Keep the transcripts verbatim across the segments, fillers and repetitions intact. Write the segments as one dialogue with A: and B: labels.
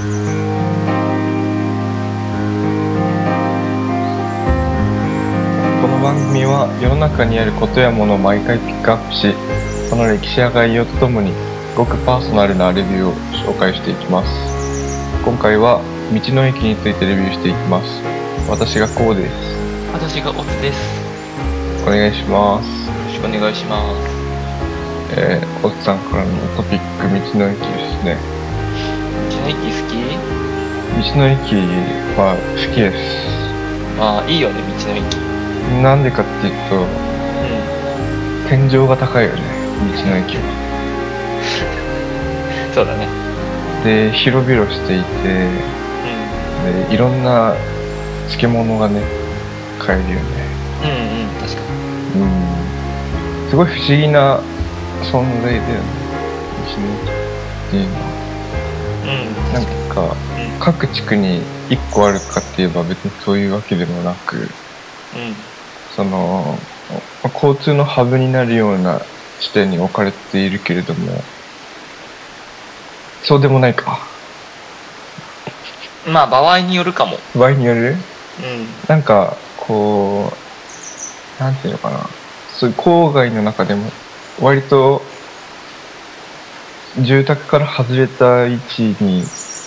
A: この番組は世の中にあることやものを毎回ピックアップし、その歴史や概要とともにごくパーソナルなレビューを紹介していきます。今回は道の駅についてレビューしていきます。私がこうです。
B: 私がオツです。
A: お願いします。
B: よろしくお願いします。
A: えー、おっさんからのトピック、道の駅ですね。
B: 道の駅好き？
A: 道の駅は好きです。
B: まあいいよね、道の駅。
A: なんでかっていうと、
B: うん。
A: 天井が高いよね、道の駅は。
B: そうだね。
A: で、広々していて、
B: うん。
A: でいろんな漬物がね買えるよね。
B: うんうん、確かに。
A: うん。すごい不思議な存在だよね、道の駅っていうのは。
B: うん、
A: なん
B: 確か
A: か
B: に。うん。
A: 各地区にいっこあるかって言えば別にそういうわけでもなく、
B: うん。
A: その交通のハブになるような地点に置かれているけれども、そうでもないか。
B: まあ場合によるかも。
A: 場合による？
B: うん。
A: なんかこう、なんていうのかな、そういう郊外の中でも割と住宅から外れた位置に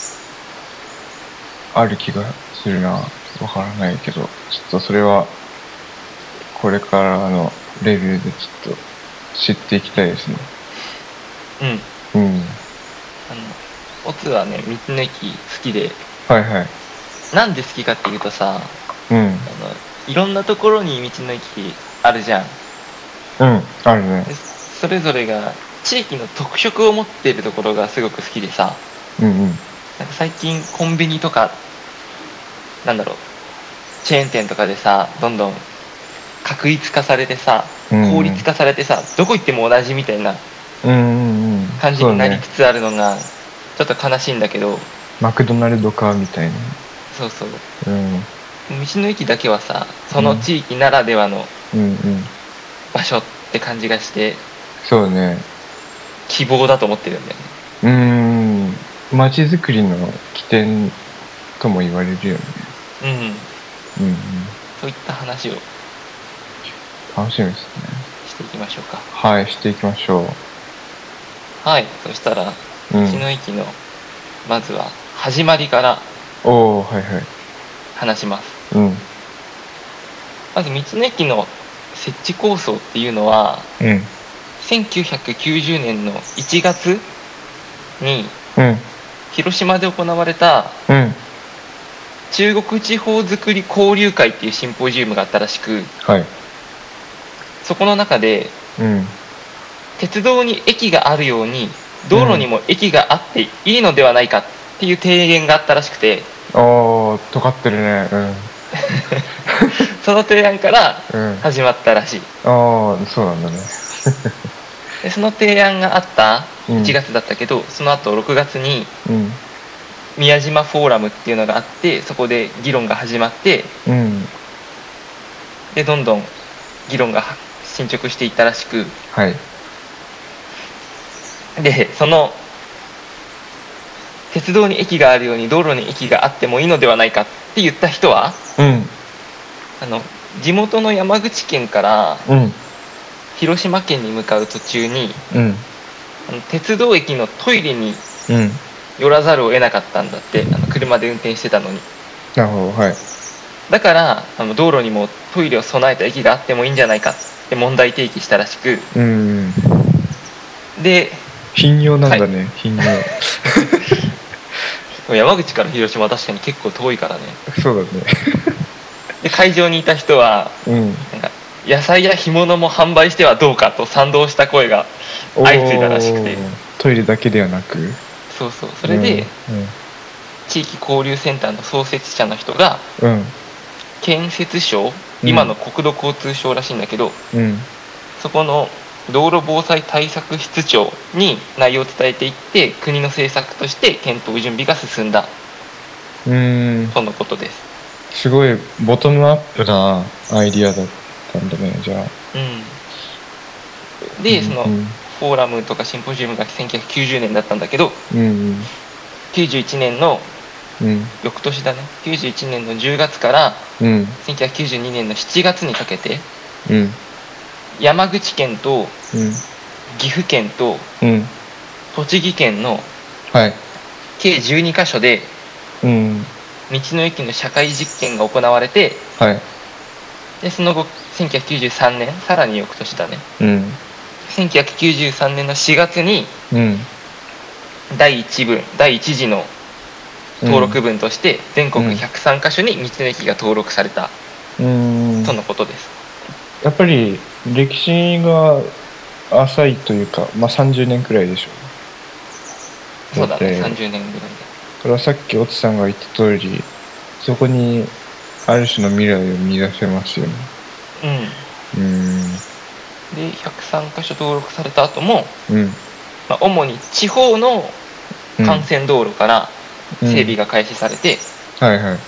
A: ある気がするな。わからないけど、ちょっとそれはこれからのレビューでちょっと知っていきたいですね。
B: うん。
A: うん。
B: あの、オツはね、道の駅好きで、
A: はいはい。
B: なんで好きかっていうとさ、
A: うん。
B: あの、いろんなところに道の駅あるじゃん。
A: うん。あるね。
B: でそれぞれが地域の特色を持っているところがすごく好きでさ、
A: うんうん。
B: なんか最近コンビニとか、なんだろう、チェーン店とかでさ、どんどん確一化されてさ、
A: うん
B: 効率化されてさ、どこ行っても同じみたいな
A: うんうんうん。
B: 感じになり
A: そうね。
B: つつあるのがちょっと悲しいんだけど、
A: マクドナルドかみたいな。
B: そうそう、
A: うん。
B: 道の駅だけはさ、その地域ならではの
A: うんうん。
B: 場所って感じがして
A: そうね。
B: 希望だと思ってるんだよね。
A: うーん。街づくりの起点とも言われるよね。
B: うん、
A: うんうん。
B: そういった話を
A: 楽しみですね。
B: していきましょうか。
A: はい、していきましょう。
B: はい、そしたら道
A: うん。
B: の駅のまずは始まりから
A: おー、はいはい。
B: 話します。
A: うん。
B: まず道の駅の設置構想っていうのは
A: うん。
B: せんきゅうひゃくきゅうじゅうねんのいちがつに
A: うん。
B: 広島で行われた
A: うん。
B: 中国地方づくり交流会っていうシンポジウムがあったらしく、
A: はい。
B: そこの中で
A: うん。
B: 鉄道に駅があるように道路にも駅があっていいのではないかっていう提言があったらしくて、
A: おー、尖ってるね。
B: その提案から
A: うん。うん。
B: 始まったらしい。
A: あー、そうなんだね。
B: でその提案があった
A: うん
B: いちがつだったけど、その後ろくがつに
A: うん。
B: 宮島フォーラムっていうのがあって、そこで議論が始まって、
A: うん。
B: でどんどん議論が進捗していったらしく、
A: はい。
B: でその鉄道に駅があるように道路に駅があってもいいのではないかって言った人は、
A: うん。
B: あの地元の山口県から
A: うん。
B: 広島県に向かう途中に
A: うん。
B: あの鉄道駅のトイレに
A: うん。
B: 寄らざるを得なかったんだって。あの車で運転してたのに。
A: なるほど、はい。
B: だからあの道路にもトイレを備えた駅があってもいいんじゃないかって問題提起したらしく、
A: うん。
B: で
A: 頻尿なんだね、頻尿。
B: 山口から広島は確かに結構遠いからね。
A: そうだね。
B: で会場にいた人は
A: うん。
B: なんか野菜や干物も販売してはどうかと賛同した声が相次いだらしくて、
A: おー、トイレだけではなく、
B: そうそう、それで、
A: うん
B: 地域交流センターの創設者の人が
A: うん。
B: 建設省、
A: うん
B: 今の国土交通省らしいんだけど、
A: うん。
B: そこの道路防災対策室長に内容を伝えていって、国の政策として検討準備が進んだ
A: うーん。
B: とのことです。
A: すごいボトムアップなアイディアだったんだね、じゃあ。
B: うん、で、その
A: うん
B: フォーラムとかシンポジウムがせんきゅうひゃくきゅうじゅうねんだったんだけど、
A: うん
B: きゅうじゅういちねんの
A: うん
B: 翌年だね、きゅうじゅういちねんのじゅうがつから
A: うん
B: せんきゅうひゃくきゅうじゅうにねんのしちがつにかけて
A: うん
B: 山口県と
A: うん
B: 岐阜県と
A: うん
B: 栃木県の
A: はい
B: 計じゅうにかしょで
A: うん
B: 道の駅の社会実験が行われて、
A: はい
B: でその後せんきゅうひゃくきゅうじゅうさんねん、さらに翌年だね、
A: うん
B: せんきゅうひゃくきゅうじゅうさんねんのしがつに
A: うん
B: だいいちぶんだいいち次の登録文として全国ひゃくさんかしょに道の駅が登録された
A: うん
B: とのことです。
A: やっぱり歴史が浅いというか、まあさんじゅうねんくらいでしょう。
B: そうだね、
A: って
B: さんじゅうねんぐらいで。
A: これはさっきオツさんが言った通り、そこにある種の未来を見出せますよね。
B: うん。
A: うん
B: でひゃくさんかしょ登録された後も、
A: うん
B: まあ、主に地方の幹線道路から整備が開始されて、
A: うん、はいはい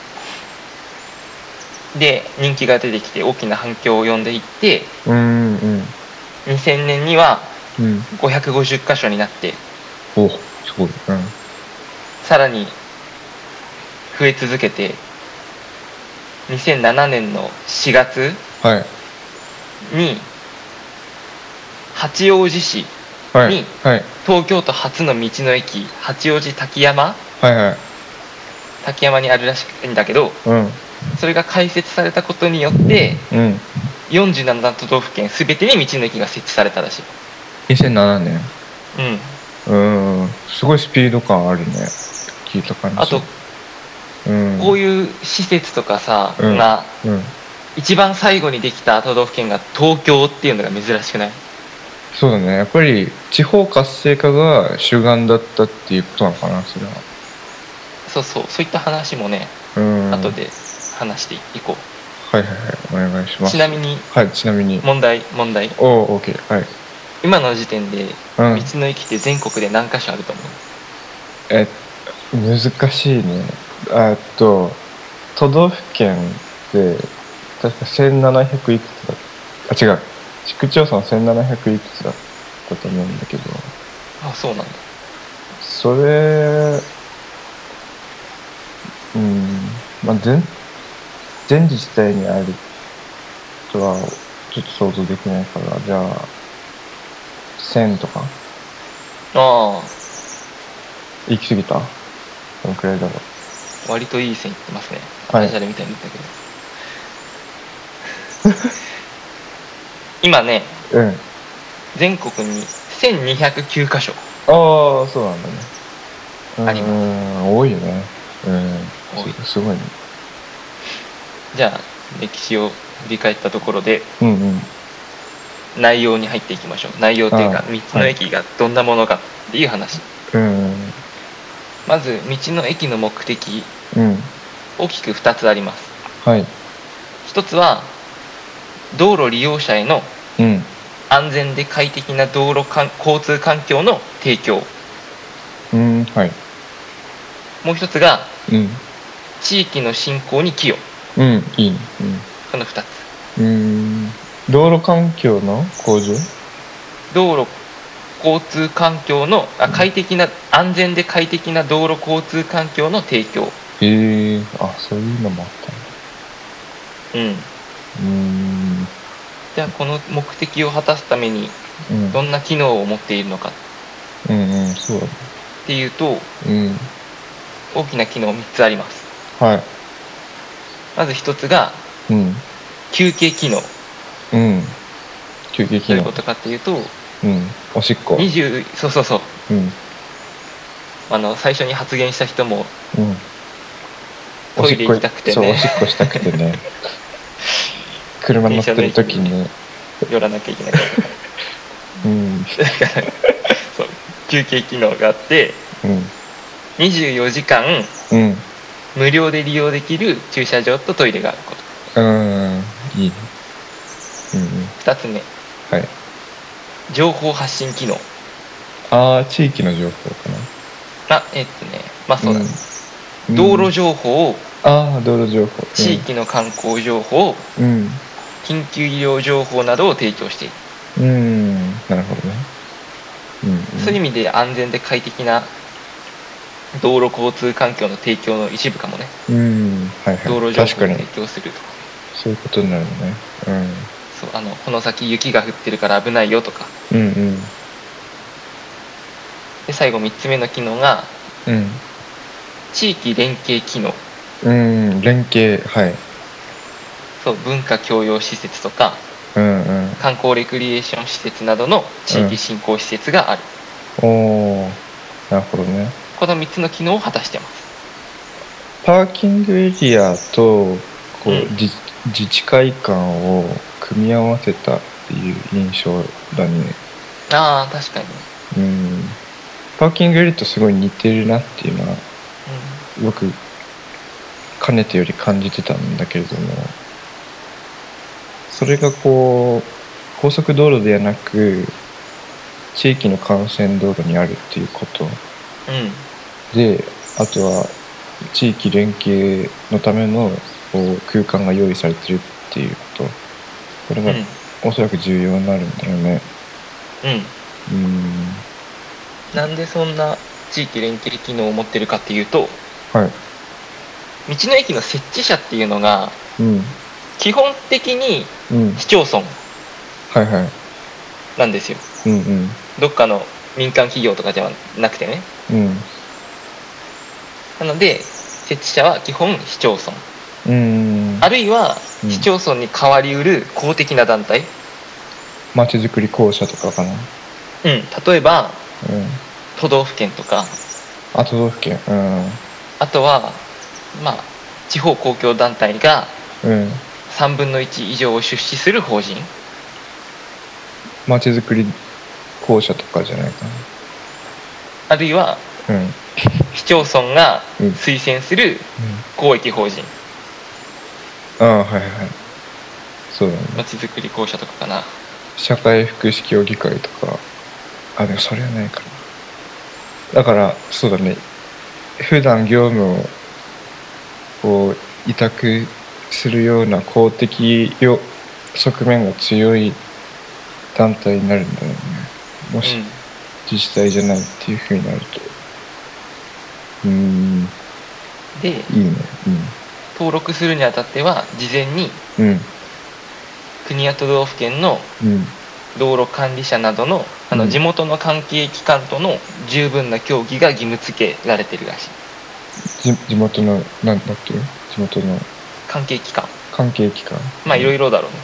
B: で人気が出てきて大きな反響を呼んでいって、
A: うんうん
B: にせんねんには
A: うん
B: ごひゃくごじゅっかしょになって、
A: おすごいうん
B: さらに増え続けてにせんななねんのしがつ
A: はい
B: に八王子市
A: はい
B: に
A: はい
B: 東京都初の道の駅八王子滝山
A: はいはい
B: 滝山にあるらしいんだけど、
A: うん
B: それが開設されたことによって
A: うん
B: よんじゅうなな都道府県すべてに道の駅が設置されたらしい。
A: にせんななねん
B: うん
A: うんすごいスピード感あるね聞いた感じ
B: あと
A: うん
B: こういう施設とかさ、
A: うん
B: が
A: うん
B: 一番最後にできた都道府県が東京っていうのが珍しくない？
A: そうだねやっぱり地方活性化が主眼だったっていうことなのかなそれは
B: そうそう、そういった話もね、
A: うん
B: 後で話していこ
A: はいはいはいお願いし
B: う。
A: ます
B: ちなみに
A: はいちなみに
B: 問題問題
A: おお OK はい
B: 今の時点で
A: うん
B: 道の駅って全国で何か所あると思う？
A: え難しいねえっと都道府県って確かせんななひゃくいくつだあ違う市区町村せんななひゃくいくつだったと思うんだけど
B: あ、そうなんだ。
A: それうんまあ全全自治体にあるとはちょっと想像できないからじゃあせんとか
B: あ
A: 行き過ぎたどのくらいだろう
B: あ、割といい線いってますね。
A: はい
B: ダジャレみたいに言ったけど。今ね、
A: うん
B: 全国にせんにひゃくきゅうかしょ
A: ああそうなんだね
B: あります
A: うん多いよねうん
B: 多い
A: すすごいね
B: じゃあ歴史を振り返ったところで
A: うんうん
B: 内容に入っていきましょう。内容っていうか
A: あ
B: 道の駅がどんなものかっていう話。
A: うん
B: まず道の駅の目的
A: うん
B: 大きくふたつあります。
A: はい
B: ひとつは道路利用者への
A: うん
B: 安全で快適な道路かん交通環境の提供。
A: うんはい
B: もう一つが
A: うん
B: 地域の振興に寄与。
A: うんいいね
B: このふたつ。
A: うんうん道路環境の向上
B: 道路交通環境のあ快適な安全で快適な道路交通環境の提供。
A: へえあそういうのもあったんだ
B: うん。
A: うん
B: じゃあこの目的を果たすために
A: うん
B: どんな機能を持っているのか
A: うんうんそうだね
B: っていうと
A: うん
B: 大きな機能みっつあります。
A: はい
B: まずひとつが
A: うん
B: 休憩機能。
A: うん休憩
B: ど
A: 機能
B: ういうことかっていうと
A: うんおしっこ
B: にじゅうそうそうそう
A: うん
B: あの最初に発言した人も
A: うん
B: トイレ行きたくてね
A: そうおしっこしたくてね車乗ってる時にね
B: 寄らなきゃいけないから
A: うん
B: だからそう休憩機能があって
A: うん
B: にじゅうよじかん
A: うん
B: 無料で利用できる駐車場とトイレがあること。
A: うんいいねうんうん
B: ふたつめ
A: はい
B: 情報発信機能。
A: ああ地域の情報かな
B: あえっとねまあそうだね、
A: うん
B: 道路情報、
A: ああ道路情報
B: 地域の観光情報、
A: うん
B: 緊急医療情報などを提供している。
A: うん、うんなるほどねうんうん
B: そういう意味で安全で快適な道路交通環境の提供の一部かもね。
A: うんはいはい
B: 道路情報を
A: 確かに
B: 提供するとか。
A: そういうことになるのね。
B: そうあのこの先雪が降ってるから危ないよとか。
A: うんうん
B: で最後みっつめの機能が
A: うん
B: 地域連携機能。
A: うん連携はい
B: そう文化教養施設とか
A: うんうん
B: 観光レクリエーション施設などの地域振興施設がある、
A: おおなるほどね。
B: このみっつの機能を果たしてます。
A: パーキングエリアとこう、
B: うん
A: 自自治会館を組み合わせたっていう印象だね。
B: ああ確かに、
A: うんパーキングエリアとすごい似てるなっていうのは
B: う
A: よくかねてより感じてたんだけれども、それがこう高速道路ではなく地域の幹線道路にあるっていうこと
B: んうん
A: で、あとは地域連携のためのこう空間が用意されてるっていうこと、これが
B: うん
A: おそらく重要になるんだよね。
B: うん
A: うん
B: なんでそんな地域連携機能を持ってるかっていうと、
A: はい
B: 道の駅の設置者っていうのが
A: うん
B: 基本的に
A: うん
B: 市町村
A: はいはい
B: なんですよ。
A: うんうん
B: どっかの民間企業とかじゃなくてね。
A: うん
B: なので設置者は基本市町村、
A: うん
B: あるいは
A: うん
B: 市町村に代わりうる公的な団体、
A: まちづくり公社とかかな。
B: うん、例えば
A: うん
B: 都道府県とか、
A: あ都道府県うん
B: あとはまあ地方公共団体が
A: うん
B: さんぶんのいち以上を出資する法人、
A: まちづくり公社とかじゃないか
B: あるいは
A: な。うん
B: 市町村が
A: うん
B: 推薦する公益法人、
A: ああはいはいそうだね。
B: まちづくり公社とかかな。
A: 社会福祉協議会とか、あでもそれはないかな。だからそうだね、普段業務をこう委託するような公的よ側面が強い団体になるんだろうね。もし
B: うん
A: 自治体じゃないっていう風になるとうーん
B: で
A: いいね。
B: 登録するにあたっては事前に
A: うんうん
B: 国や都道府県の
A: うん
B: 道路管理者などのあの
A: うん
B: 地元の関係機関との十分な協議が義務付けられてるらしい。
A: 地地元のなんだっけ地元の
B: 関係機関、
A: 関係機関
B: まあいろいろだろうね。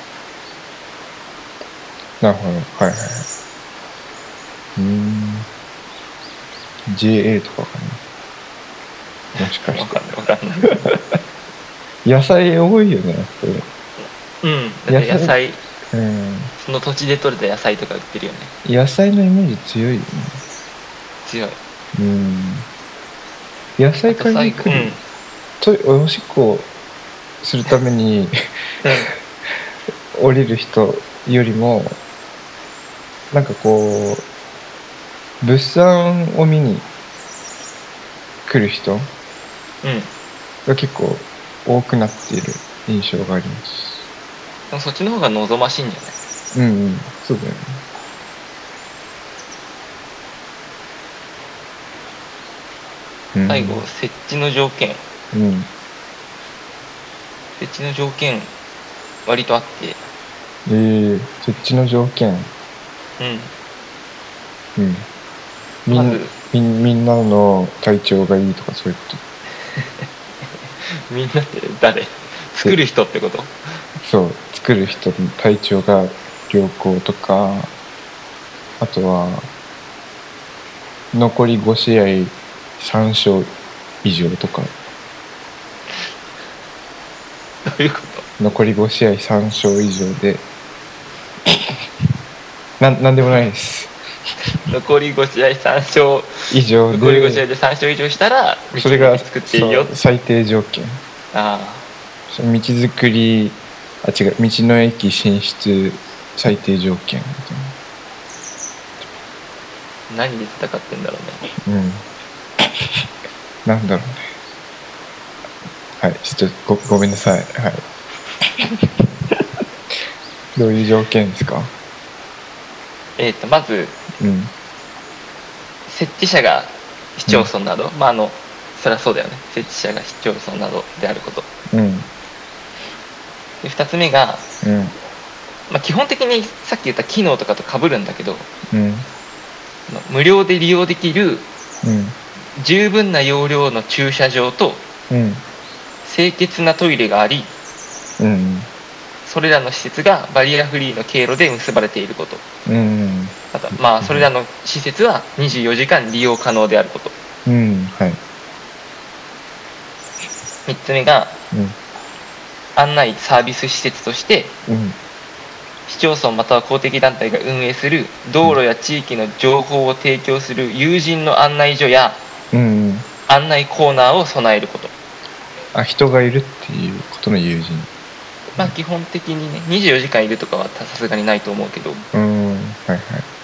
A: なるほどはいはいはい。うーん ジェーエー とかかなもしかして
B: わかんないわかんない
A: 野菜多いよねこれ。
B: うんだって野菜
A: うん
B: その土地で採れた野菜とか売ってるよね。
A: 野菜のイメージ強いよね。
B: 強い。
A: うん野菜買いに来る、とおしっこするために降りる人よりもなんかこう物産を見に来る人
B: うんうん
A: が結構多くなっている印象があります。
B: でもそっちの方が望ましいんじゃない？
A: うんうんそうだよね。うん
B: 最後設置の条件
A: うん
B: 設置の条件割とあって
A: えー、設置の条件
B: うん
A: うんみん,、
B: まず
A: みんみんなの体調がいいとかそういうこ
B: みんなって誰？作る人ってこと？
A: とそう作る人の体調が良好とか、あとは残りご試合さん勝以上とか。
B: どういうこ
A: 残りご試合さん勝以上でななんでもないです
B: と？残りご試合さん勝
A: 以上で
B: 残りご試合でさん勝以上したら
A: それが
B: 作っていいよ。
A: そう最低条件。
B: あ
A: その道づくりあ違う道の駅進出最低条件み
B: あ何で戦ってんだろうね。
A: たいな。うんなんだろうね。はいちょっと ご, ごめんなさいはいどういう条件ですか？
B: えっとまず
A: うん
B: 設置者が市町村など、まああのそりゃそうだよね、設置者が市町村などであること。
A: うん
B: でふたつめが、
A: うん
B: まあ、基本的にさっき言った機能とかと被るんだけど、
A: うん
B: あの無料で利用できる
A: うん
B: 十分な容量の駐車場と
A: うん
B: 清潔なトイレがあり、
A: うん
B: それらの施設がバリアフリーの経路で結ばれていること。
A: うん
B: また、まあ、それらの施設はにじゅうよじかん利用可能であること。
A: うんはい
B: みっつめが、
A: うん
B: 案内サービス施設として、
A: うん
B: 市町村または公的団体が運営する道路や地域の情報を提供する有人の案内所や
A: うん
B: 案内コーナーを備えること。
A: あ、人がいるっていうことの友人。
B: まあ基本的にね、にじゅうよじかんいるとかはさすがにないと思うけど、
A: うんはいはい。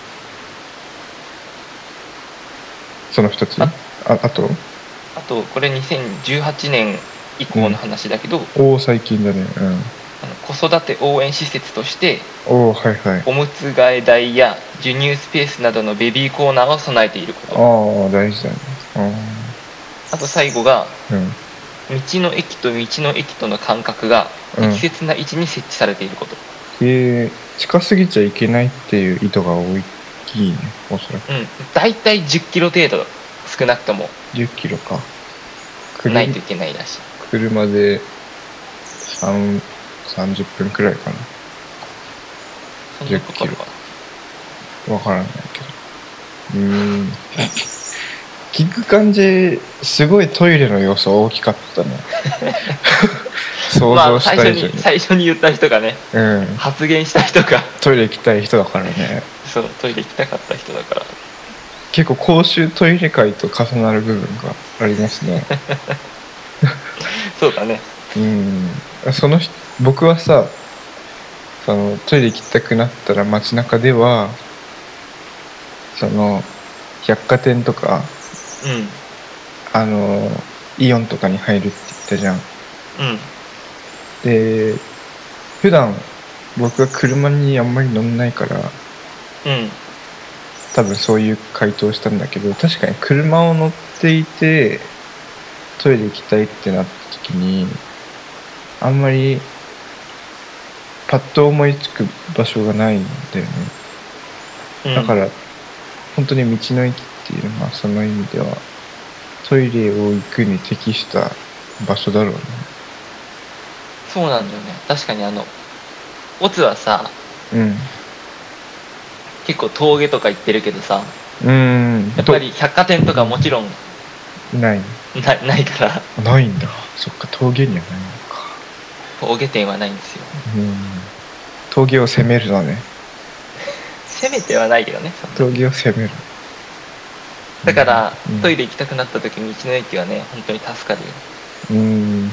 A: その一つ。
B: あ
A: ああと
B: あとこれにせんじゅうはちねん以降の話だけど、
A: おお最近だね。
B: あの子育て応援施設として
A: うんおおはいはい。
B: おむつ替え台や授乳スペースなどのベビーコーナーを備えていること。
A: ああ大事だね。
B: あと最後が、
A: うん
B: 道の駅と道の駅との間隔が
A: うん
B: 適切な位置に設置されていること。
A: えー、近すぎちゃいけないっていう意図が大きいね、おそらく。
B: うん、だいたいじゅっキロ程度少なくとも
A: じゅっキロか。
B: ないといけないらしい。
A: 車でさん、さんじゅっぷんくらいかな。
B: そんなかかるかな。
A: わからないけど。うーん。聞く感じ、すごいトイレの要素大きかったね。想
B: まあ
A: 像し
B: 最初に
A: た以上に。
B: 最初に言った人がね、
A: うん。
B: 発言した人が
A: トイレ行きたい人だからね。
B: そうトイレ行きたかった人だから。
A: 結構公衆トイレ会と重なる部分がありますね。
B: そうだね。
A: うん。その人僕はさ、そのトイレ行きたくなったら街中では、その百貨店とか、
B: うん
A: あのイオンとかに入るって言ったじゃん。
B: うん
A: で、普段僕は車にあんまり乗んないから、
B: うん
A: 多分そういう回答をしたんだけど、確かに車を乗っていてトイレ行きたいってなった時に、あんまりパッと思いつく場所がないんだよね。
B: うん
A: だから本当に道の駅っていうのはその意味ではトイレを行くに適した場所だろうね。
B: そうなんだよね。確かにあのオツはさ、
A: うん
B: 結構峠とか行ってるけどさ、
A: うーん
B: やっぱり百貨店とかもちろん
A: とない
B: なないから
A: ないんだ。そっか、峠にはないのか。
B: 峠店はないんですよ。
A: うん峠を攻めるのね。
B: 攻めてはないけどね。
A: 峠を攻める。
B: だから、
A: うん
B: トイレ行きたくなった時に道の駅はね本当に助かるよ。
A: うーん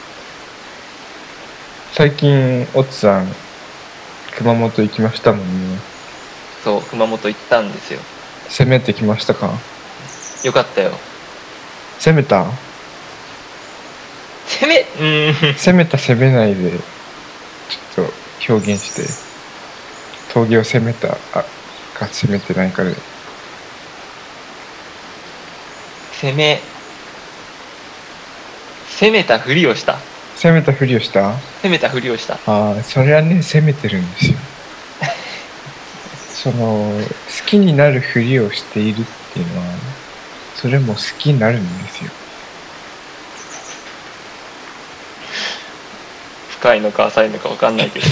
A: 最近オッツさん熊本行きましたもんね。
B: そう熊本行ったんですよ。
A: 攻めてきましたか？
B: よかったよ。
A: 攻めた
B: 攻めうーん
A: 攻めた攻めないでちょっと表現して、峠を攻めたあか攻めてないかで。
B: 攻め攻めたふりをした
A: 攻めたふりをした？
B: 攻めたふりをした
A: ああ、それはね攻めてるんですよ。その好きになるふりをしているっていうのはそれも好きになるんですよ。
B: 深いのか浅いのか分かんないけど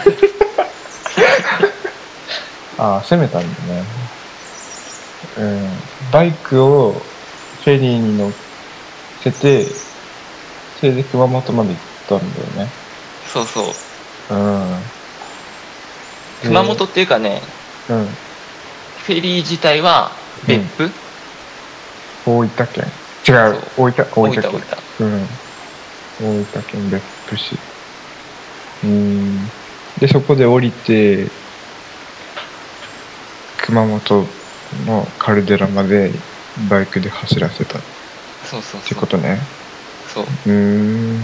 A: ああ攻めたんだね。うんバイクをフェリーに乗せてそれで熊本まで行ったんだよね。
B: そうそう
A: うん
B: 熊本っていうかね、
A: うん
B: フェリー自体は別府、
A: 大分県違う大分大
B: 大分
A: 分県
B: 大分
A: うん大分県別府市。うんでそこで降りて熊本のカルデラまでバイクで走らせたっ
B: そうそうそう
A: てことね。
B: そう
A: うーん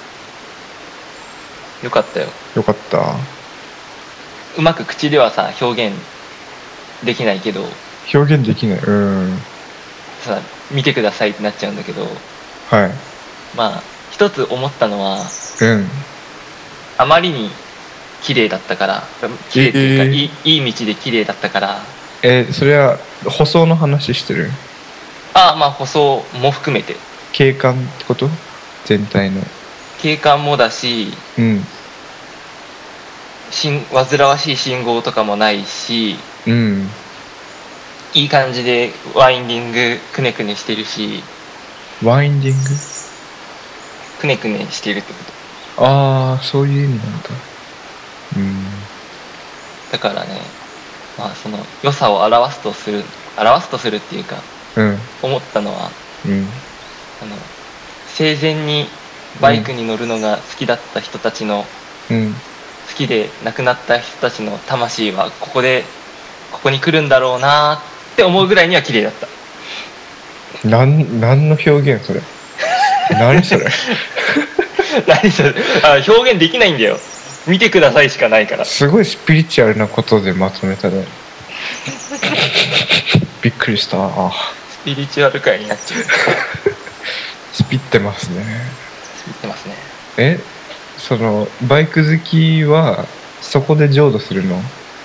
B: よかったよ。
A: よかった。
B: うまく口ではさ表現できないけど
A: 表現できない。うん
B: さ見てくださいってなっちゃうんだけど、
A: はい。
B: まあ一つ思ったのは、
A: うん。
B: あまりに綺麗だったから、綺麗っていうか、
A: えー
B: いいいい道で綺麗だったから、
A: えそれは舗装の話してる？
B: ああまあ舗装も含めて
A: 景観ってこと？全体の。
B: 景観もだし、
A: うん
B: しん煩わしい信号とかもないし、
A: うん
B: いい感じでワインディングくねくねしてるし、
A: ワインディング。
B: くねくねしてるってこと。
A: ああそういう意味なんだ。うん
B: だからね、まあその良さを表すとする表すとするっていうか、
A: うん
B: 思ったのは、
A: うん
B: あの生前にバイクに乗るのが好きだった人たちの、
A: うん
B: 好きで亡くなった人たちの魂はここでここに来るんだろうなって思うぐらいには綺麗だった。
A: なん何の表現それ？何それ？
B: 何それ、あ表現できないんだよ、見てくださいしかないから。
A: すごいスピリチュアルなことでまとめたね。びっくりした。あ
B: スピリチュアル界になっちゃう。
A: スピってますね。
B: スピってますね。
A: えそのバイク好きはそこで浄土するの？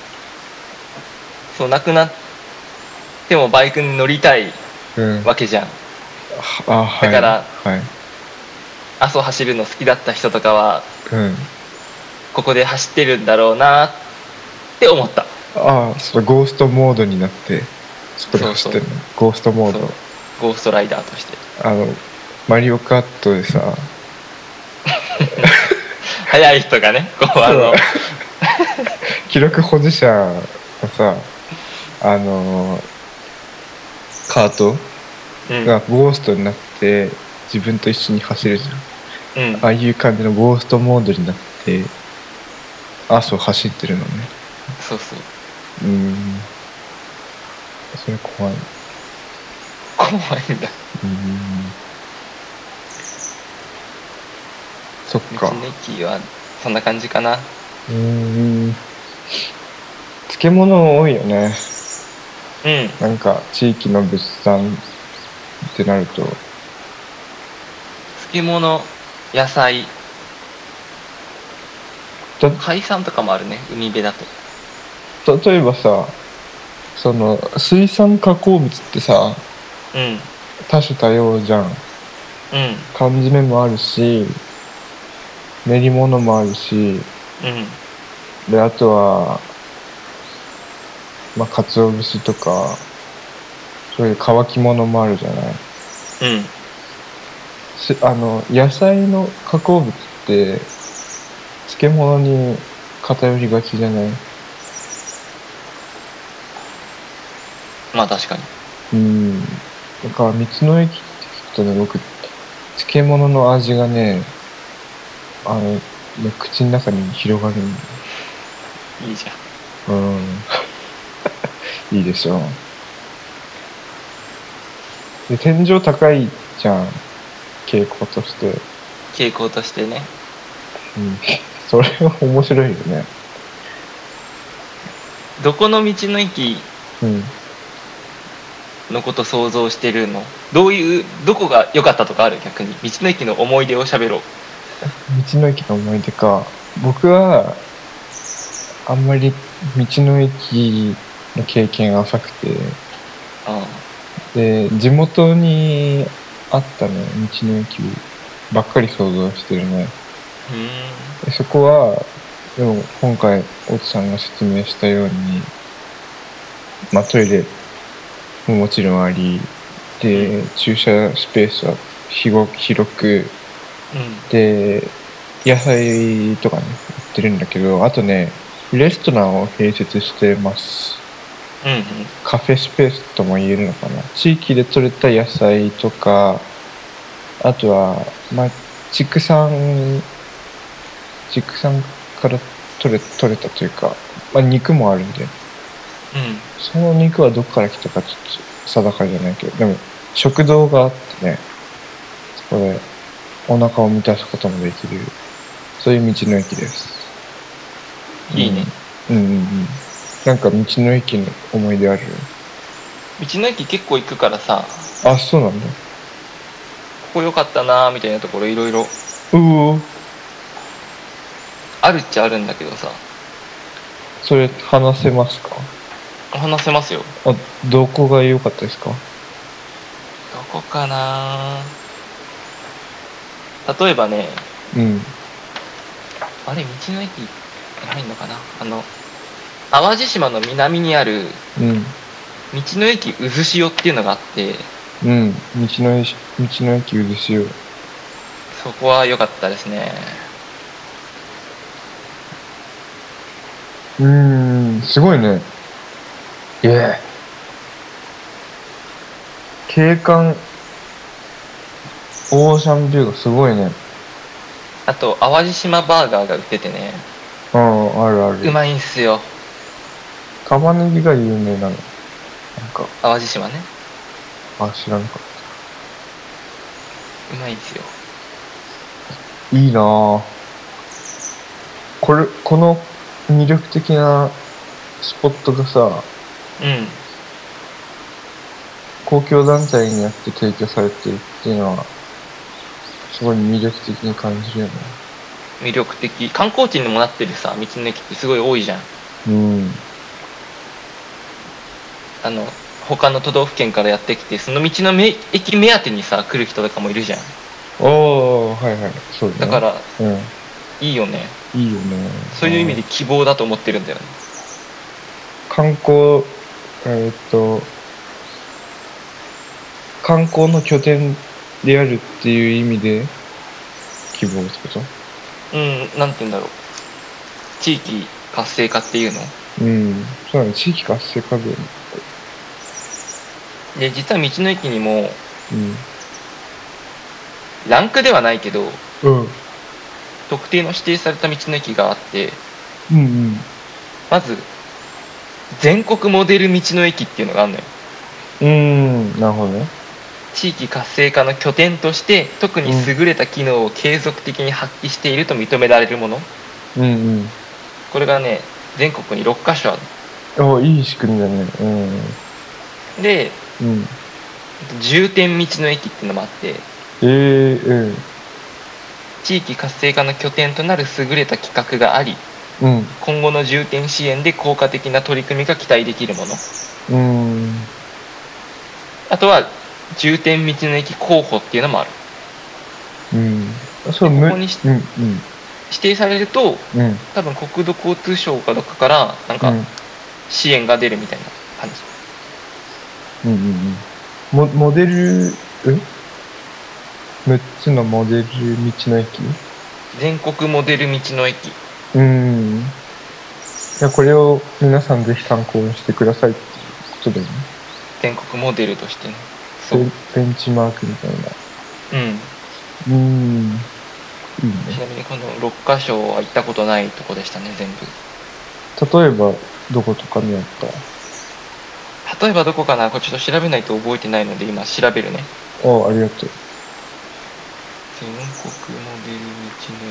B: そう亡くなってもバイクに乗りたい
A: うん
B: わけじゃん。
A: あ、はい、
B: だから
A: はい、
B: 阿蘇走るの好きだった人とかは
A: うん
B: ここで走ってるんだろうなって思った。
A: ああそれゴーストモードになってそこで走ってるの？
B: そう
A: ゴーストモード。
B: そうゴーストライダーとして
A: あのマリオカートでさ
B: 速い人がねこうあの
A: 記録保持者がさあのカート
B: うん
A: がゴーストになって自分と一緒に走るじゃん、
B: うん
A: ああいう感じのゴーストモードになって阿蘇走ってるのね。
B: そうそう
A: うーんそれ怖い。
B: 怖いんだ。
A: うーんそっか。
B: 道の駅はそんな感じかな。
A: うーん漬物多いよね。
B: うん
A: なんか地域の物産ってなると
B: 漬物、野菜、
A: た
B: 海産とかもあるね、海辺だと。
A: 例えばさその水産加工物ってさ
B: うん
A: 多種多様じゃん。
B: うん
A: 缶詰もあるし練り物もあるし
B: うん
A: であとはまあ鰹節とかそういう乾き物もあるじゃない。
B: うん
A: すあの野菜の加工物って漬物に偏りがちじゃない？
B: まあ確かに。
A: うんだから道の駅って聞くとね僕漬物の味がねあのね口の中に広がるんだよ。
B: いいじゃん。
A: うんいいでしょ。で天井高いじゃん傾向として、
B: 傾向としてね。
A: うん、それは面白いよね。
B: どこの道の駅
A: うん
B: のこと想像してるの？どういうどこが良かったとかある？逆に道の駅の思い出をしゃべろう。
A: 道の駅の思い出か。僕はあんまり道の駅の経験が浅くて
B: あ
A: で地元にあったね道の駅ばっかり想像してるね。
B: あ、う
A: でそこはでも今回大津さんが説明したように、まあ、トイレももちろんありで駐車スペースは広広く
B: ーんうん
A: で野菜とかね売ってるんだけどあとねレストランを併設してます。
B: うんうん
A: カフェスペースとも言えるのかな。地域で採れた野菜とかあとはまあ畜産畜産から取れ取れたというか、まあ、肉もあるんで
B: うん
A: その肉はどこから来たかちょっと定かじゃないけどでも食堂があってねそこでお腹を満たすこともできるそういう道の駅です。
B: いいね。
A: うんうんうんうんなんか道の駅の思い出ある？
B: 道の駅結構行くからさ、
A: あ、そうなんだ。
B: ここ良かったなーみたいなところいろいろ
A: うお、
B: あるっちゃあるんだけどさ。
A: それ話せますか？
B: 話せますよ。
A: あ、どこが良かったですか？
B: どこかなー。例えばね、
A: うん。
B: あれ、道の駅ないのかな。あの淡路島の南にある
A: うん。
B: 道の駅うずしおっていうのがあって、
A: うん。道の駅、道の駅うですよ。
B: そこは良かったですね。
A: うーん、すごいね。いえ。景観、オーシャンビューがすごいね。
B: あと淡路島バーガーが売っててね、
A: うん、あるある。
B: うまいんすよ。
A: 玉ねぎが有名なの。なんか、
B: 淡路島ね、
A: あ、知らなかっ
B: うまいんすよ。
A: た。いいなぁ。これ、この魅力的なスポットがさ、
B: うん
A: 公共団体によって提供されてるっていうのは、すごい魅力的に感じるよね。
B: 魅力的。観光地にもなってるさ道の駅ってすごい多いじゃん。
A: うん。
B: あの他の都道府県からやってきて、その道のめ駅目当てにさ来る人とかもいるじゃん。
A: おー、はいはい。そうだね。
B: だから
A: うん。
B: いいよね。
A: いいよね。
B: そういう意味で希望だと思ってるんだよね。
A: 観光、えーっと、観光の拠点であるっていう意味で希望ってこと？
B: うん、なんて言うんだろう、地域活性化っていうの
A: うん。そうだね。地域活性化だよね。
B: で、実は道の駅にも
A: うん。
B: ランクではないけど
A: うん。
B: 特定の指定された道の駅があって、
A: うんうん。
B: まず全国モデル道の駅っていうのがあるのよ。
A: うーん、なるほどね。
B: 地域活性化の拠点として特に優れた機能を継続的に発揮していると認められるもの、
A: うんうん。
B: これがね全国にろっかしょある。
A: あ、いい仕組みだね。
B: で、
A: うん。うん。
B: 重点道の駅っていうのもあって、
A: えー、
B: 地域活性化の拠点となる優れた企画があり、
A: うん。
B: 今後の重点支援で効果的な取り組みが期待できるもの。
A: うん。うーん。
B: あとは重点道の駅候補っていうのもある。
A: うん。そう、
B: でここにし
A: うんうん。
B: 指定されると、
A: うん。
B: 多分国土交通省かどっかからなんか
A: うん
B: 支援が出るみたいな感じ。
A: うんうんうん。モモデル、え ?むっ つのモデル道の駅？
B: 全国モデル道の駅。
A: うーん。いや、これを皆さんぜひ参考にしてくださいっていうことだよね。
B: 全国モデルとしてね。そう。
A: ベンベンチマークみたいな。
B: うん。
A: うーん。いいね。
B: ちなみにこのろっかしょは行ったことないとこでしたね、全部。
A: 例えば、どことかにあった？
B: 例えばどこかな、これちょっと調べないと覚えてないので今調べるね。
A: ああ、ありがとう。
B: 全国モデル道の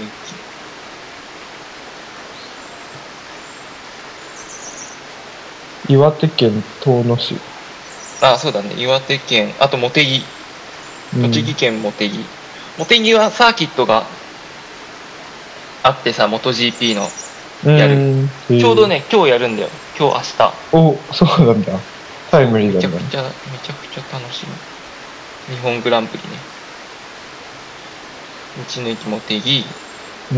B: 駅。
A: 岩手県遠野市。
B: あ、そうだね。岩手県、あと茂木。栃木県茂木。茂木はサーキットがあってさ、モト ジーピー のやる。ちょうどね、今日やるんだよ。今日明
A: 日。お、そうなんだ。タイムリーだね。
B: めちゃくちゃ、めちゃくちゃ楽しみ。日本グランプリね。道の駅茂木。
A: うん。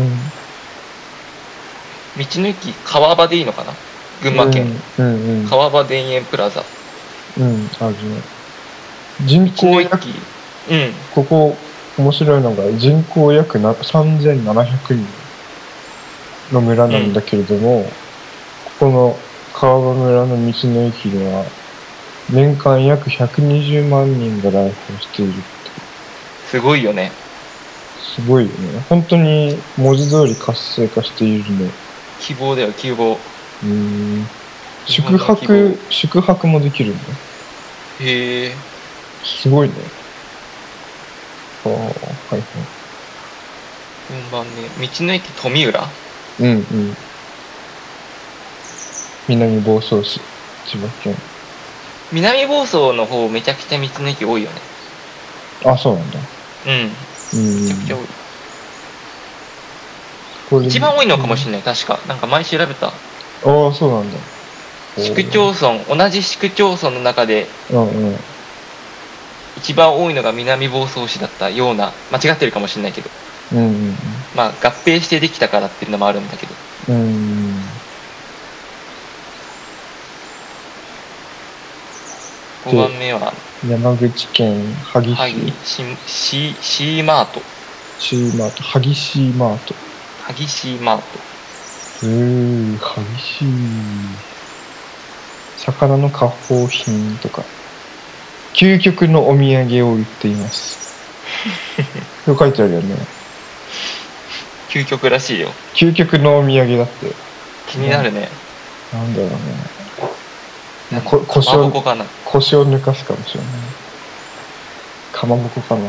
B: 道の駅川場でいいのかな、群馬県。
A: うんうんうん、
B: 川場田園プラザ。
A: うん、あるね。人口約、
B: うん。
A: ここ、面白いのが、人口約なさんぜんななひゃくにんの村なんだけれども、うん、ここの川場村の道の駅には、年間約ひゃくにじゅうまんにんが来訪しているって。
B: すごいよね。
A: すごいよね。本当に文字通り活性化しているね。
B: 希望だよ、希望。
A: うーん。宿泊、宿泊もできるんだ。
B: へえ。
A: すごいね。ああ、はいはい。よ
B: んばんね、道の駅富浦。
A: うんうん。南房総市、千葉県。
B: 南房総の方めちゃくちゃ道の駅多いよね。
A: あ、そうなんだ。
B: うん。
A: うん。
B: めちゃくちゃ多い。
A: これ
B: 一番多いのかもしれない、確か。なんか前調べた。
A: ああ、そうなんだ。
B: 市区町村、同じ市区町村の中で、
A: うんうん。
B: 一番多いのが南房総市だったような、間違ってるかもしれないけど。
A: うんうんうん。
B: まあ合併してできたからっていうのもあるんだけど。
A: うん。
B: ごばんめは
A: 山口県萩市。
B: 萩シシシーマート。
A: シーマート。萩シーマート。
B: 萩シーマート。
A: うー、萩市。魚の加工品とか。究極のお土産を売っています。そう書いてあるよね。
B: 究極らしいよ。
A: 究極のお土産だって。
B: 気になるね。
A: なんだろうね。
B: こ腰を、かまぼこかな。
A: 腰を抜かすかもしれない。かまぼこかな。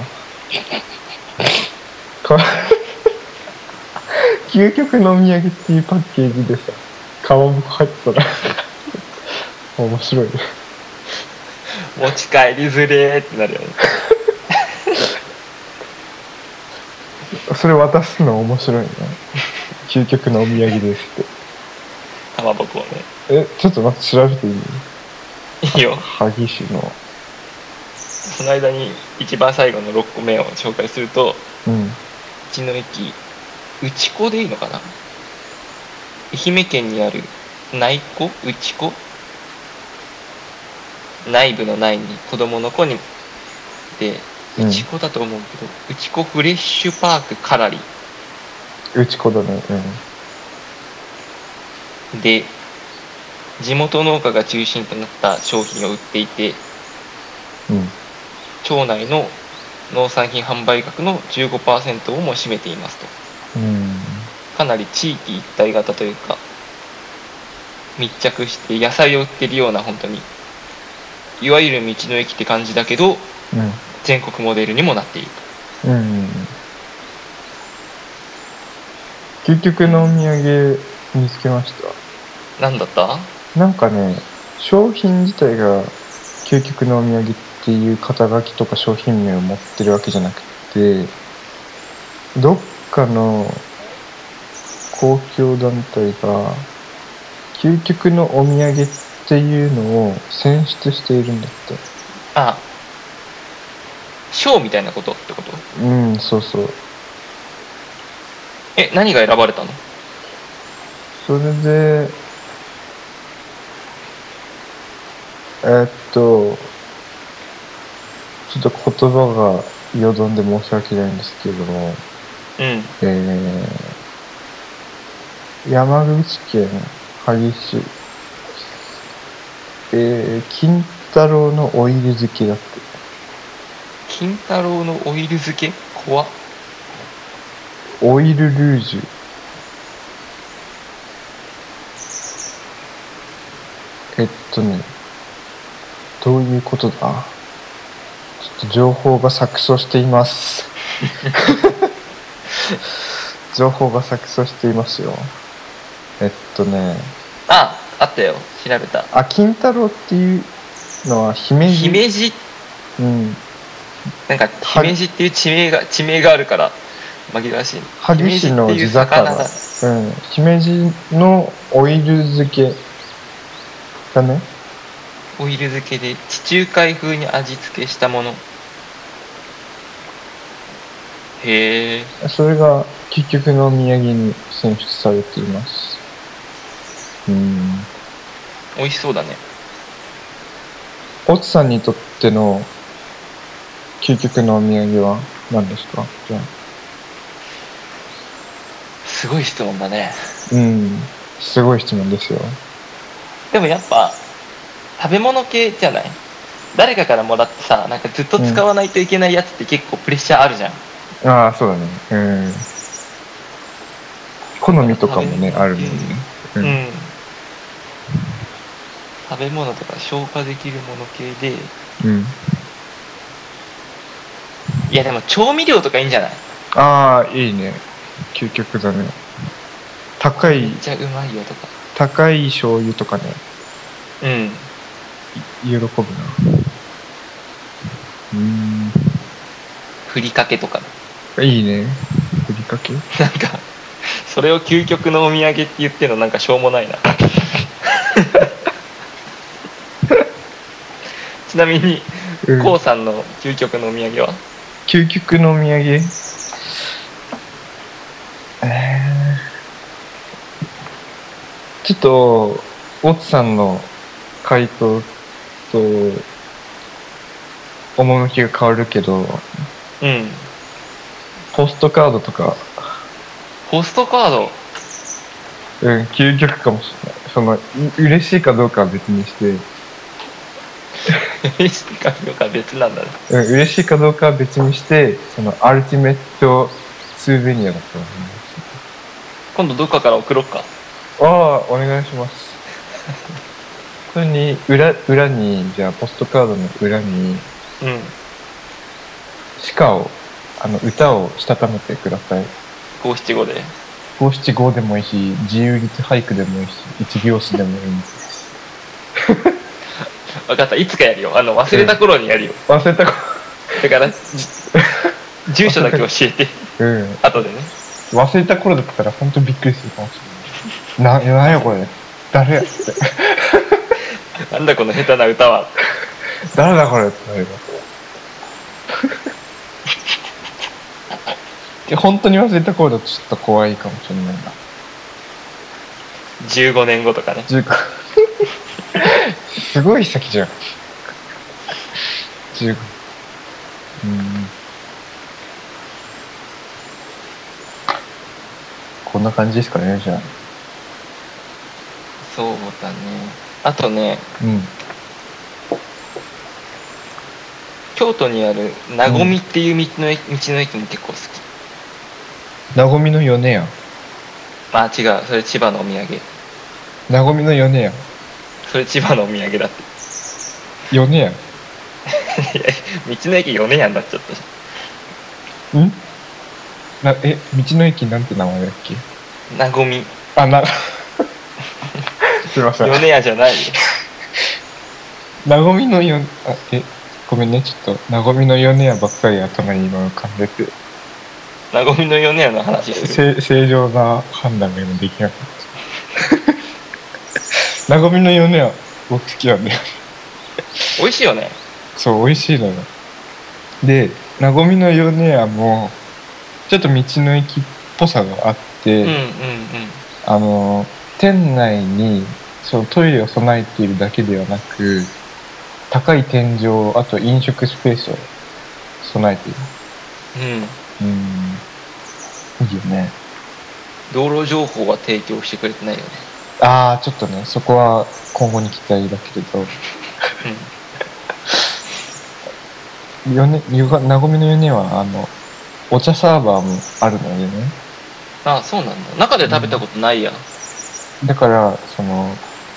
A: か究極のお土産っていうパッケージでさ、かまぼこ入ってたら面白いね。
B: 持ち帰りづれーってなるよね。
A: それ渡すの面白いね。究極のお土産ですって。
B: かまぼこをね。
A: え、ちょっと待って、調べていい？
B: いいよ。
A: 萩市の。
B: その間に一番最後のろっこめを紹介すると、
A: うん。
B: 道の駅、内子でいいのかな？愛媛県にある内子？内子？内部の内に子供の子にで、内子だと思うけど、うん、内子フレッシュパークカラリ。
A: 内子だね。
B: うん。で、地元農家が中心となった商品を売っていて、
A: うん、
B: 町内の農産品販売額の じゅうごパーセント をも占めていますと、
A: うん、
B: かなり地域一体型というか密着して野菜を売ってるような、本当にいわゆる道の駅って感じだけど、うん、全国モデルにもなっていると、うん、
A: 究極のお土産見つけました。
B: 何だった？
A: なんかね、商品自体が究極のお土産っていう肩書きとか商品名を持ってるわけじゃなくて、どっかの公共団体が究極のお土産っていうのを選出しているんだって。
B: ああ、賞みたいなことってこと？
A: うん、そうそう。
B: え、何が選ばれたの？
A: それでえー、っとちょっと言葉がよどんで申し訳ないんですけれども、
B: うん、
A: えー、山口県萩市、えー、金太郎のオイル漬けだって。
B: 金太郎のオイル漬け？怖っ。
A: オイルルージュ。えっとねどういうことだ？ちょっと情報が錯綜しています情報が錯綜していますよ。えっとね
B: あ、あったよ、調べた。
A: あ、金太郎っていうのは姫路。
B: 姫路、
A: うん、
B: なんか姫路っていう地名が地名があるから紛らわしい。
A: 萩市の地魚だ。うん、姫路のオイル漬けだね。
B: オイル漬けで地中海風に味付けしたもの。へえ。
A: それが究極のお土産に選出されています。うん。
B: 美味しそうだね。
A: オツさんにとっての究極のお土産は何ですか？じゃあ。
B: すごい質問だね。
A: うん。すごい質問ですよ。
B: でもやっぱ食べ物系じゃない？誰かからもらってさ、なんかずっと使わないといけないやつって結構プレッシャーあるじゃん。
A: うん、ああ、そうだね。うん。好みとかもね、あるもんね。
B: うん。うん、食べ物とか消化できるもの系で。うん。いやでも調味料とかいいんじゃない？
A: ああ、いいね。究極だね。高い。
B: めっちゃうまいよとか。
A: 高い醤油とかね。
B: うん。
A: 喜ぶな。うーん。
B: ふりかけとか。
A: いいね。ふりかけ。
B: なんかそれを究極のお土産って言ってるのなんかしょうもないな。ちなみに、
A: うん、
B: こうさんの究極のお土産は？
A: 究極のお土産、えー、ちょっとオツさんの回答と趣が変わるけど、
B: うん。
A: ポストカードとか。
B: ポストカード。
A: うん、究極かもしれない。その嬉しいかどうかは別にして。
B: 嬉しいかどうかは別なんだね。
A: うん、嬉しいかどうかは別にして、そのアルティメットスーベニアだと思います。
B: 今度どっかから送ろっか。
A: ああ、お願いします。それに裏裏にじゃあポストカードの裏に、
B: うん。
A: 詩歌をあの歌をしたためてください。
B: 五七五で。
A: 五七五でもいいし、自由律俳句でもいいし、一拍子でもいいんです。
B: 分かった、いつかやるよ。あの忘れた頃にやるよ。
A: うん、忘れた頃。
B: だから住所だけ教えて。うん。後でね。
A: 忘れた頃だったら本当にびっくりするかもしれない。な、なんやこれ。誰やって。
B: なんだこの下手な歌は。
A: 誰だこれってなるよ。本当に忘れた頃だとちょっと怖いかもしれないな。
B: じゅうごねんごとかね。
A: じゅうごすごい先じゃん。じゅうご。うん。こんな感じですかね、じゃあ。
B: そうだね。あとね、
A: うん、
B: 京都にあるなごみっていう道の駅、うん、道の駅も結構好き。
A: なごみの米屋。
B: まあ違う、それ千葉のお土産。
A: なごみの米屋。
B: それ千葉のお土産だって。
A: 米屋。道
B: の駅米屋になっちゃったじ
A: ゃん。んなえ道の駅なんて名前だっけ？
B: なごみ。
A: あなすいません。
B: 米屋じゃないよ。
A: なごみのよあえごめんね、ちょっとなごみの米屋ばっかり頭に今浮かんでて。
B: なごみの米屋の話す
A: る。正常な判断が今できなかったなごみの米屋僕好きなんだよ。
B: 美味しいよね。
A: そう美味しいのよ。でなごみの米屋もちょっと道の駅っぽさがあって、
B: うんうんうん、
A: あの店内にそうトイレを備えているだけではなく、高い天井、あと飲食スペースを備えている。うん。うん。いいよね。
B: 道路情報は提供してくれてないよね。
A: ああ、ちょっとね、そこは今後に期待だけれど。うん。よね、なごみの米はあのお茶サーバーもあるのでね。
B: ああ、そうなんだ。中で食べたことないや。
A: うん、だからその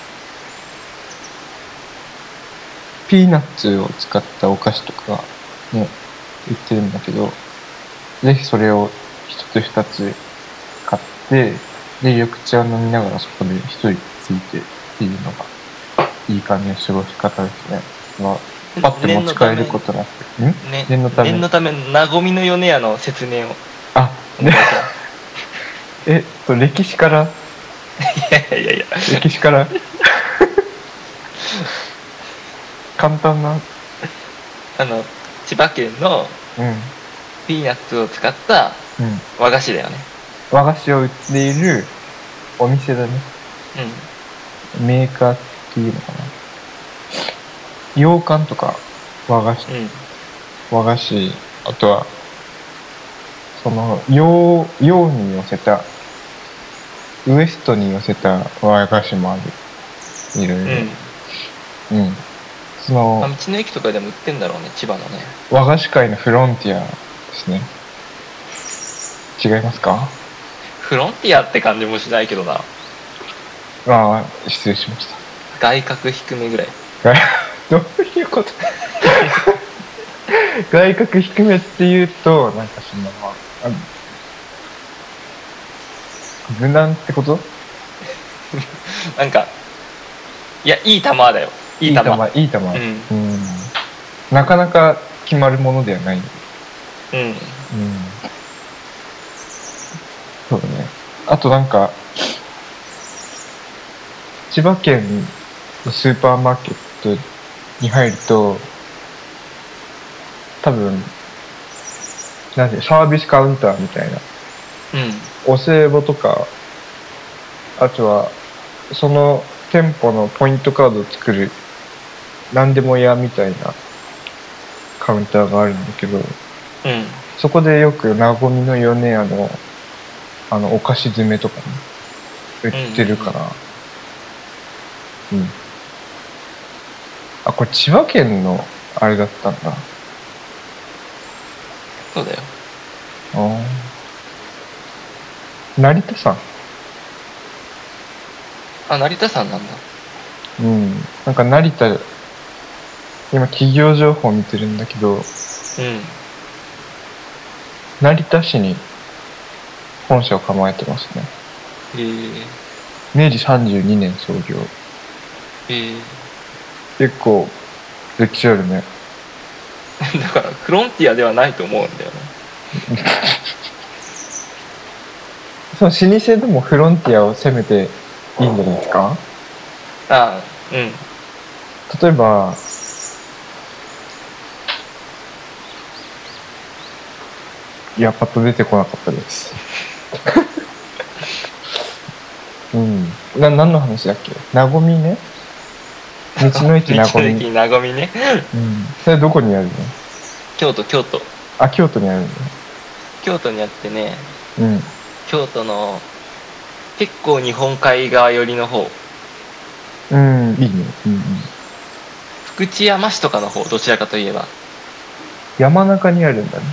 A: ピーナッツを使ったお菓子とかね売ってるんだけど、ぜひそれを一つ二つ買ってで緑茶を飲みながらそこで一人ついてっていうのがいい感じの過ごし方ですね。まあ、パッて持ち帰ることなく、ん？
B: ね、念のため念のためなごみの米屋の説明を。
A: あ、ね、えっと歴史から
B: いやいやいや
A: 歴史から簡単な
B: あの千葉県のピーナッツを使った和菓子だよね。
A: うん、和菓子を売っているお店だね。うん、メーカーっていうのかな。羊羹とか和菓子、うん、和菓子、あとはその洋洋に寄せたウエストに寄せた和菓子もある。いろいろ。うん。うん、その
B: 道の駅とかでも売ってんだろうね、千葉のね。
A: 和菓子界のフロンティアですね。違いますか？
B: フロンティアって感じもしないけどな。
A: ああ、失礼しました。
B: 外角低めぐらい。
A: どういうこと？外角低めっていうとなんかそのあ無難ってこと？
B: なんかいやいい球だよ。 いい球
A: いい球、
B: うん
A: うん、なかなか決まるものではない。
B: うん、うん、
A: そうだね。あとなんか千葉県のスーパーマーケットに入ると多分なんてサービスカウンターみたいな、
B: うん、
A: お歳暮とか、あとはその店舗のポイントカードを作る何でも屋みたいなカウンターがあるんだけど、
B: うん、
A: そこでよくなごみの米屋のあのお菓子詰めとかね売ってるから、うん、うん、あ、これ千葉県のあれだったんだ。
B: そうだよ。
A: ああ、成田山。
B: あ、成田山なんだ。
A: うん、なんか成田、今企業情報見てるんだけど、
B: うん、
A: 成田市に本社を構えてますね。
B: へえ。
A: 明治さんじゅうにねん創業。
B: へえ。
A: 結構歴史あるね。
B: だからフロンティアではないと思うんだよね。
A: その老舗でもフロンティアを攻めていいんじゃないですか？
B: ああ、うん。
A: 例えばいやパッと出てこなかったです。うん。な何の話だっけ？なごみね。道の駅なごみ。
B: 道の駅なごみね。
A: うん。それどこにあるの？
B: 京都京都。
A: あ、京都にあるんだ。
B: 京都にあってね。
A: うん。
B: 京都の結構日本海側寄りの方。
A: うん、いいね。うんうん。
B: 福知山市とかの方、どちらかといえば。
A: 山中にあるんだね。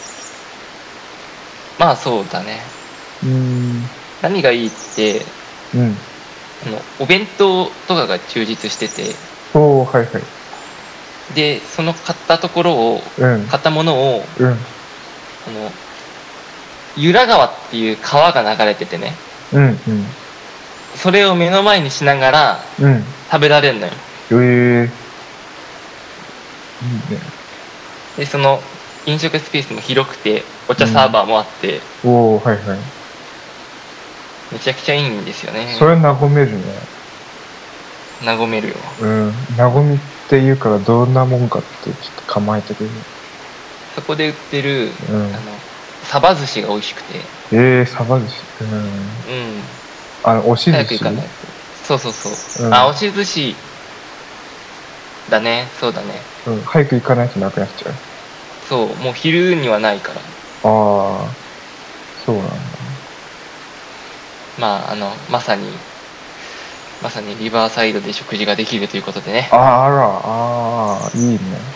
B: まあそうだね。
A: うーん。
B: 何がいいって、
A: うん。
B: あのお弁当とかが充実してて。
A: おー、はいはい。
B: で、その買ったところを、
A: うん、
B: 買ったものを、
A: うん、あ
B: の由良川っていう川が流れててね、
A: うんうん、
B: それを目の前にしながら、うん、食べられるのよ。
A: へえー、いいね。
B: で、その飲食スペースも広くて、お茶サーバーもあって、
A: うん、おー、はいはい。
B: めちゃくちゃいいんですよね。
A: それ和めるね。
B: 和めるよ。
A: うん、和みっていうからどんなもんかってちょっと構えてくる。
B: そこで売ってる、
A: うん、
B: あのサバ寿司が美味しくて。
A: えー、サバ寿司。うん。うん。あの押し寿司。
B: 早く行かないと。そうそうそう。うん、あ、押し寿司だね。そうだね。
A: うん。早く行かないとなくなっちゃう。
B: そう、もう昼にはないから。あ
A: あ、そうなんだ。
B: まああのまさにまさにリバーサイドで食事ができるということでね。
A: ああら、ああ、いいね。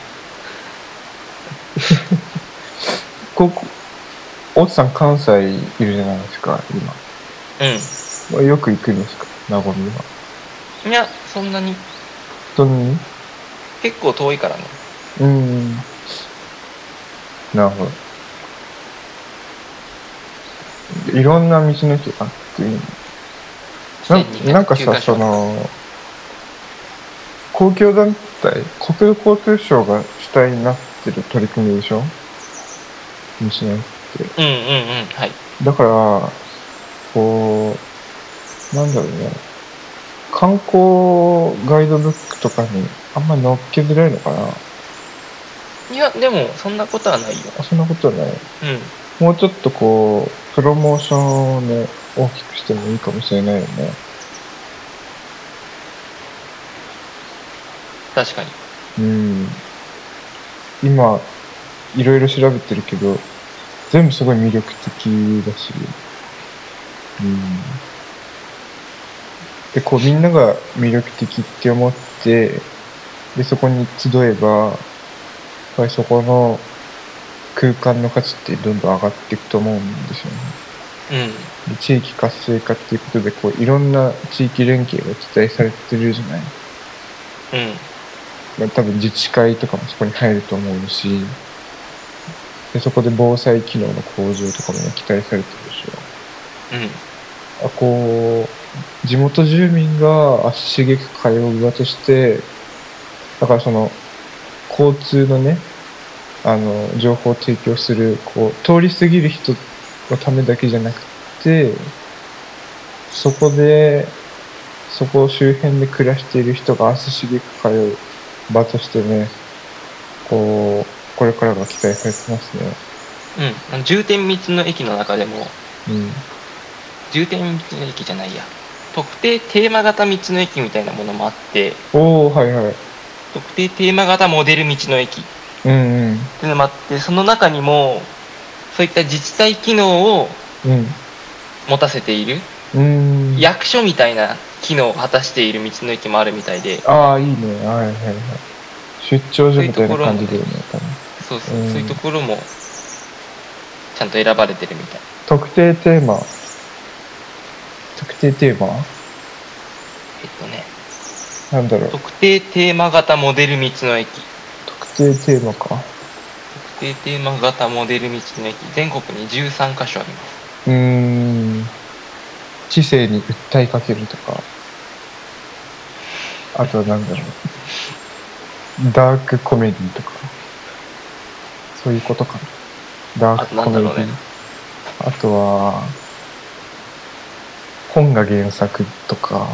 A: ここ、大津さん関西いるじゃないですか、今。うん。よく行くんですか、名古屋は。
B: いや、そんなに。
A: そんなに？
B: 結構遠いからね。
A: うん。なるほど。いろんな道の駅あっていいね。な, なんかさ、その公共団体、国土交通省が主体になってる取り組みでしょ、道の駅って。
B: うんうんうん、はい。
A: だからこうなんだろうね、観光ガイドブックとかにあんま載っけづらいのかな。
B: いやでもそんなことはないよ。
A: あ、そんなことはない。
B: うん。
A: もうちょっとこうプロモーションをね大きくしてもいいかもしれないよね。
B: 確かに。
A: うん。今いろいろ調べてるけど全部すごい魅力的だし、うん。でこうみんなが魅力的って思ってでそこに集えばやっぱりそこの空間の価値ってどんどん上がっていくと思うんですよね。うん、で地域活性化っていうことでこういろんな地域連携が期待されてるじゃない。うん、多分自治会とかもそこに入ると思うし、でそこで防災機能の向上とかも、ね、期待されてるでしょ。うん、あこう地元住民が足しげく通う場としてだからその交通のね、あの情報を提供するこう通り過ぎる人のためだけじゃなくて、そこでそこ周辺で暮らしている人が足しげく通う場としてね、こうこれからが期待されてますね。
B: うん、重点道の駅の中でも、
A: うん、
B: 重点道の駅じゃないや、特定テーマ型道の駅みたいなものもあって、
A: おー、はいはい。
B: 特定テーマ型モデル道の駅
A: うんうん。
B: っていうのもあって、その中にもそういった自治体機能を持たせている、
A: うん、
B: 役所みたいな機能を果たしている道の駅もあるみたいで。
A: ああ、いいね。はいはいはい。出張所みたいな感じだよね。
B: そうそう、うん、そういうところもちゃんと選ばれてるみたい。
A: 特定テーマ特定テーマ
B: えっとね
A: なんだろう、
B: 特定テーマ型モデル道の駅。
A: 特定テーマか。
B: 特定テーマ型モデル道の駅、全国にじゅうさんカ所あります。
A: うーん、知性に訴えかけるとか、あとはなんだろうダークコメディとか、そういうことかな。ダークコメディ。 あと、ね、あとは本が原作とか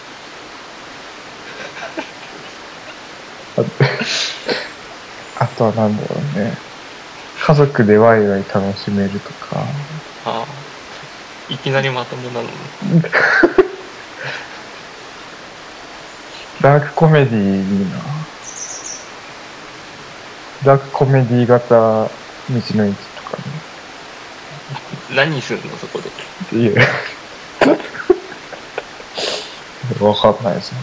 A: あとはなんだろうね、家族でワイワイ楽しめるとか。
B: ああ、いきなりまともなの
A: ダークコメディいいな。ダークコメディ型道の駅とかね。
B: 何すんのそこで。
A: いやわかんないですね。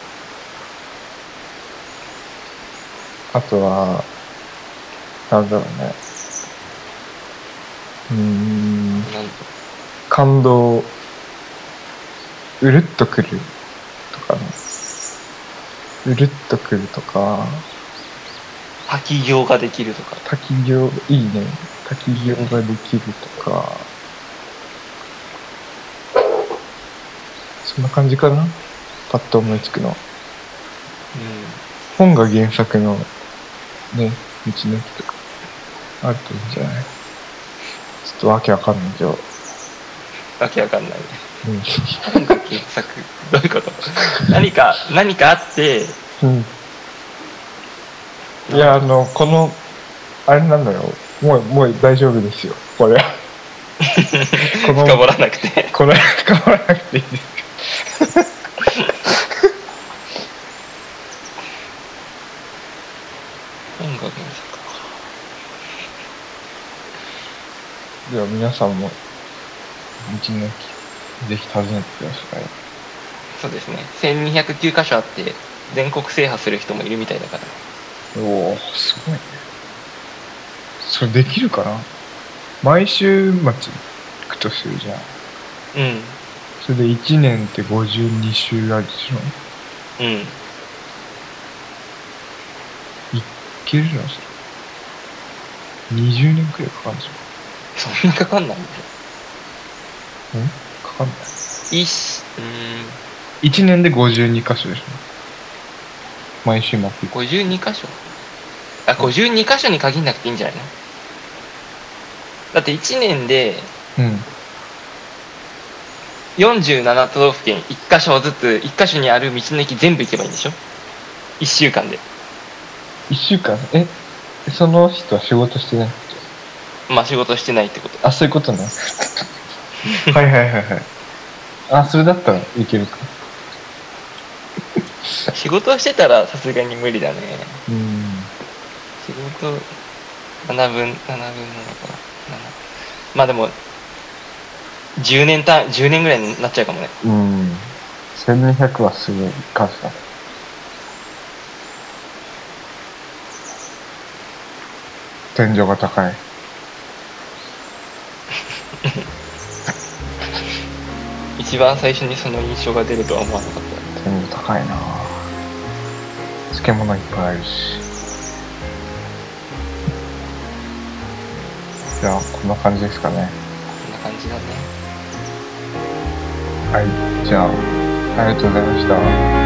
A: あとはなんだろうね、うーん、感動うるっとくるとかね、うるっとくるとか、
B: 滝行ができるとか。
A: 滝行いいね。滝行ができるとか、そんな感じかな、パッと思いつくの。うん、本が原作のね、道の駅とかあるといいんじゃない。ちょっとわけわかんないけど。
B: わけわかんないね。うん、本が原作どういうこと？何か何かあって。
A: うん。いや、あのこのあれなんだよ。もうもう大丈夫ですよ。これ。
B: この深掘らなくて。
A: これ深掘らなくていいですよ。
B: 本が原作。
A: では皆さんも道の駅ぜひ訪ねてください。
B: そうですね。せんにひゃくきゅうカ所あって全国制覇する人もいるみたいだから。
A: おお、すごいね。それできるかな。毎週末行くとするじゃん。
B: うん。
A: それでいちねんってごじゅうに週あるでしょ。
B: うん。
A: いけるのそれ。にじゅうねんくらいかかるんじゃん。
B: そんなかかんないんだよ。
A: んかかんない。
B: いし、うーん。
A: いちねんでごじゅうにカ所でしょ。毎週末。
B: ごじゅうにカ所あ、ごじゅうにカ所に限んなくていいんじゃないの？だっていちねんで、
A: うん。
B: よんじゅうなな都道府県いっカ所ずつ、いっカ所にある道の駅全部行けばいいんでしょ？いっしゅうかんで。
A: いっしゅうかん？え、その人は仕事してないって？
B: まあ仕事してないってこと。
A: あ、そういうことね。はいはいはいはい。あ、それだったらいけるか。
B: 仕事してたらさすがに無理だね。
A: うん。
B: 仕事ななぶん、ななぶんなのかな。まあでもじゅうねん単じゅうねんぐらいになっちゃうかもね。
A: うん。せんにひゃくはすごい数だ。天井が高い。
B: 一番最初にその印象が出るとは思わなかった。
A: 天井高いな。漬物いっぱいあるし。じゃあこんな感じですかね。
B: こんな感じだね。
A: はい、じゃあありがとうございました。